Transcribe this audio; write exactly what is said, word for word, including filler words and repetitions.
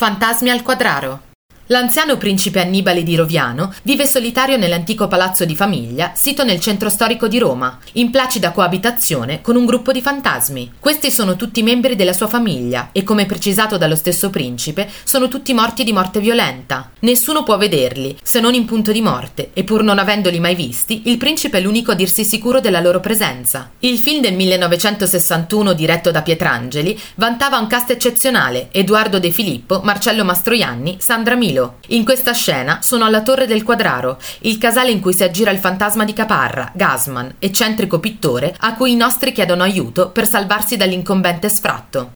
Fantasmi al Quadraro. L'anziano principe Annibale di Roviano vive solitario nell'antico palazzo di famiglia, sito nel centro storico di Roma, in placida coabitazione con un gruppo di fantasmi. Questi sono tutti membri della sua famiglia e, come precisato dallo stesso principe, sono tutti morti di morte violenta. Nessuno può vederli, se non in punto di morte, e pur non avendoli mai visti, il principe è l'unico a dirsi sicuro della loro presenza. Il film del millenovecentosessantuno, diretto da Pietrangeli, vantava un cast eccezionale: Edoardo De Filippo, Marcello Mastroianni, Sandra Milo. In questa scena sono alla Torre del Quadraro, il casale in cui si aggira il fantasma di Caparra, Gasman, eccentrico pittore a cui i nostri chiedono aiuto per salvarsi dall'incombente sfratto.